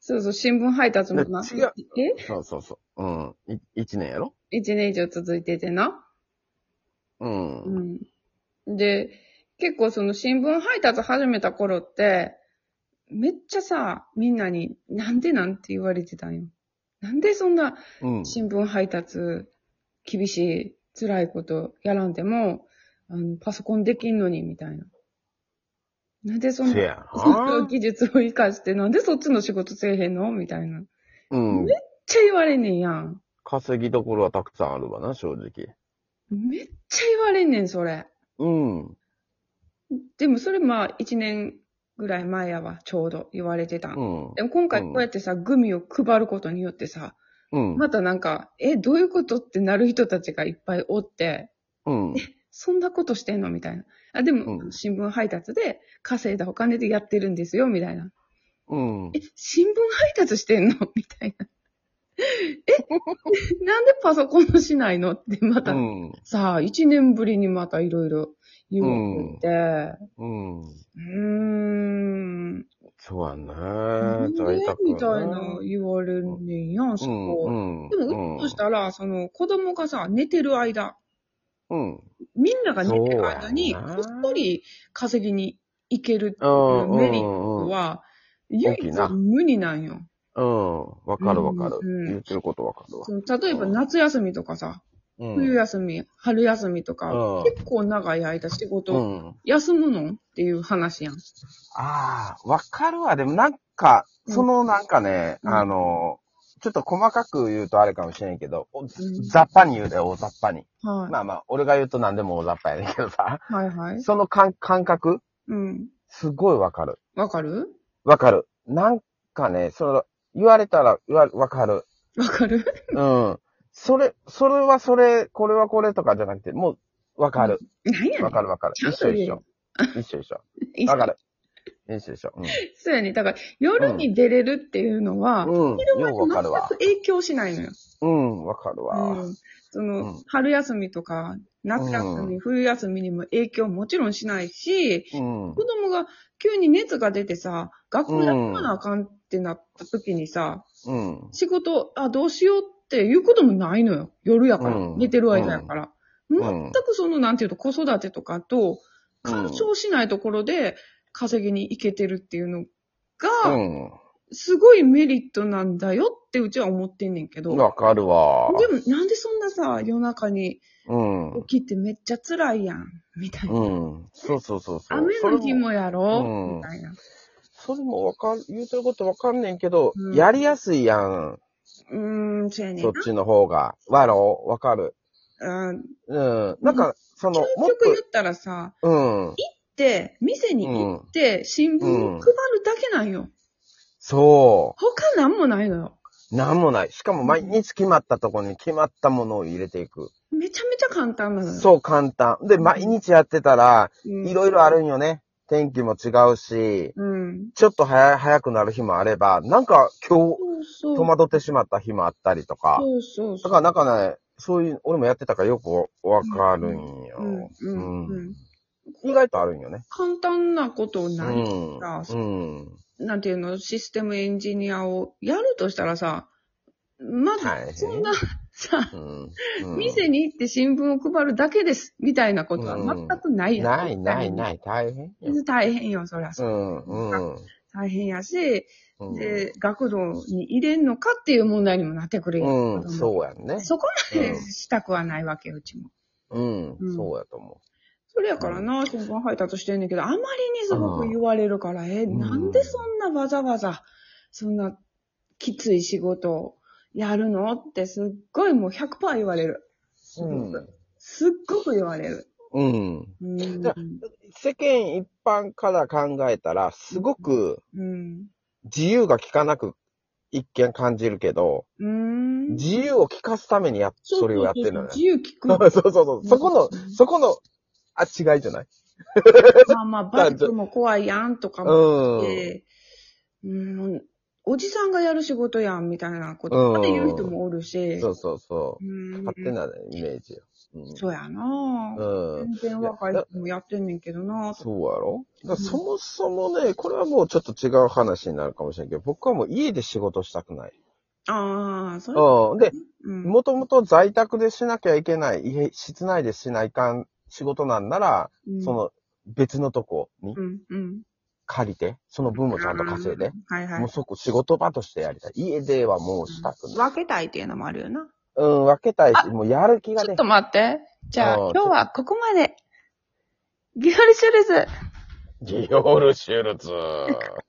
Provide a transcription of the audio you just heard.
そうそう、新聞配達もな。 違う。そうそうそう。うん。1年やろ ?1 年以上続いててな。 うん。 で、結構その新聞配達始めた頃って、めっちゃさ、みんなになんでなんて言われてたんよ。なんでそんな新聞配達厳しい、辛いことやらんでも、パソコンできんのに、みたいな。なんでそんな、 せやそのな。 技術を活かして、なんでそっちの仕事せえへんのみたいな。 うめっん。 ちゃ言われんねんやん。 稼ぎどころはたくさんあるわな、正直。 めっちゃ言われんねん、それ。 うん。 でもそれまあ1年ぐらい前やわ、ちょうど言われてた。 うん。 でも今回こうやうん。 ってさ、グミを配ることによってさ、 うん。 またなんか、どういうことってなる人たちがいっぱいおって、 うん。 そんなことしてんのみたいな。あ、でも、 うん。 新聞配達で稼いだお金でやってるんですよ、みたいな。 うん。 新聞配達してんのみたいな。なんでパソコンのしないのってまた、 うん。 さあ、1年ぶりにまたいろいろ言うわん。 れて、 うん。そうやね。 なんで在宅みたいなね。 言われんねんやん、 うん。うそこ。 ん。 でも、うちうん。 としたら、その、子供がさ、寝てる間、 うん。 みんなが寝てるそうやん間に、こっそな。 り稼ぎに行けるうっていうメリッん。うん。 トは、唯一大きいな。 無二なんよ。 うん。わうん、 かるわかる。 うん。 言ってることわかるわ。 その例えば夏休みとかさ、 うん。 冬休み、春休みとか、 うん。 結構長い間仕事、 うん。 休むのっていう話やん。 ああ、わかるわ。でもなんか、 うん、 なんかね、 うん、 ちょっと細かく言うとあれかもしれんけど、 うん。 雑把に言うで、大雑把に。 はまあまあ、俺が言うと何でも大雑把やねんけどさ、 い。はいはい。 その感覚、 うん。 すごいわかる。 わかるわかる。なんかね、言われたらわかる。 わかるうん。それはそれ、これはこれとかじゃなくて、もう、わかる。 何やねん。 わかるわかる。 ちゃん一緒一緒。 と言えよ。 一緒一緒。 一緒。 わかる。一緒一緒。 そうやね。だから、夜うん。 に出れるっていうのは、 うん。 昼間ようわかるわ。 に全く影響しないのよ。 うん、わかるわ。 うん。その、 うん。 春休みとか、夏休み、冬休みにも影響もちろんしないし、 うん。 子供が急に熱が出てさ、学校休まなあうん。 かんってなった時にさ、 うん。 仕事、どうしようっていうこともないのよ。夜やから。 うん。 寝てるうん。 間やから。全うん。 くその、なんていうと、子育てとかと、干渉しないところで稼ぎに行けてるっていうのが、 うん。 すごいメリットなんだよってうちは思ってんねんけど。 わかるわ。 でも、なんでそんなさ、夜中にうん。 起きてめっちゃ辛いやん。みたいな。 うん。そうそうそうそう。 雨の日もやうろみん。 たいな。 それも言うてることわかんねんけど、 うん。 やりやすいやん。 そうやねんな。 そっちの方が。わかる。 うん。 うん。 もう究もっと、 極言ったらさ、 うん。 店に行って、新聞を配るだけなんよ。 そ他なんもないのよ。 う。なんもない。しかも毎日決まったところに決まったものを入れていく。 めちゃめちゃ簡単なのよ。 そう簡単。で、毎日やってたら、 うん。 いろいろあるんよね。天気も違うし、 うん。 ちょっと早くなる日もあれば、なんか今日そうそう。 戸惑ってしまった日もあったりとか。 そうそうそう。 だからなんかね、そういう、俺もやってたからよくわかるんよ。意外とあるんよね。 簡単なことうないん。 さ、 うん。 なんていうの、システムエンジニアをやるとしたらさ、まず、 大変。 そんな、さ、 うん。 店に行って新聞を配るだけです、みたいなことは全くないやん。 ない。大変よ。 大変よ、そりゃそう。 うん。 大変やし、 うん。 で、学童に入れんのかっていう問題にもなってくるやん。 うん。そうやんね。 そこまでしたくはないわけよ、うちも。 そうやと思それやからな、新聞配達してんねんけど、あまりにすごく言われるから、なんでそんなわざわざ、そんなきつい仕事をやるのってすっごいもう100%言われる。すっごく言われる。 世間一般から考えたら、すごく自由が利かなく一見感じるけど、自由を利かすためにそれをやってるのね。 自由聞く。 そう。そこの、違いじゃないまあ、バイクも怖いやんとかもって、おじさんがやる仕事やんみたいなことって言う人もおるし。 そう。勝手なイメージよ。 そうやな全然若い人もやってんねんけどなそうやろそもそもね、これはもうちょっと違う話になるかもしれんけど、僕はもう家で仕事したくない。 ああ、それで、もともと在宅でしなきゃいけない、室内でしないかん仕事なんなら、その別のとこに借りて、その分もちゃんと稼いで、もうそこ仕事場としてやりたい。家ではもうしたくない。 分けたいっていうのもあるよな。 分けたいし、もうやる気がね。 ちょっと待って。じゃあ、今日はここまで。ギオルシュルズ。 ギオルシュルズ。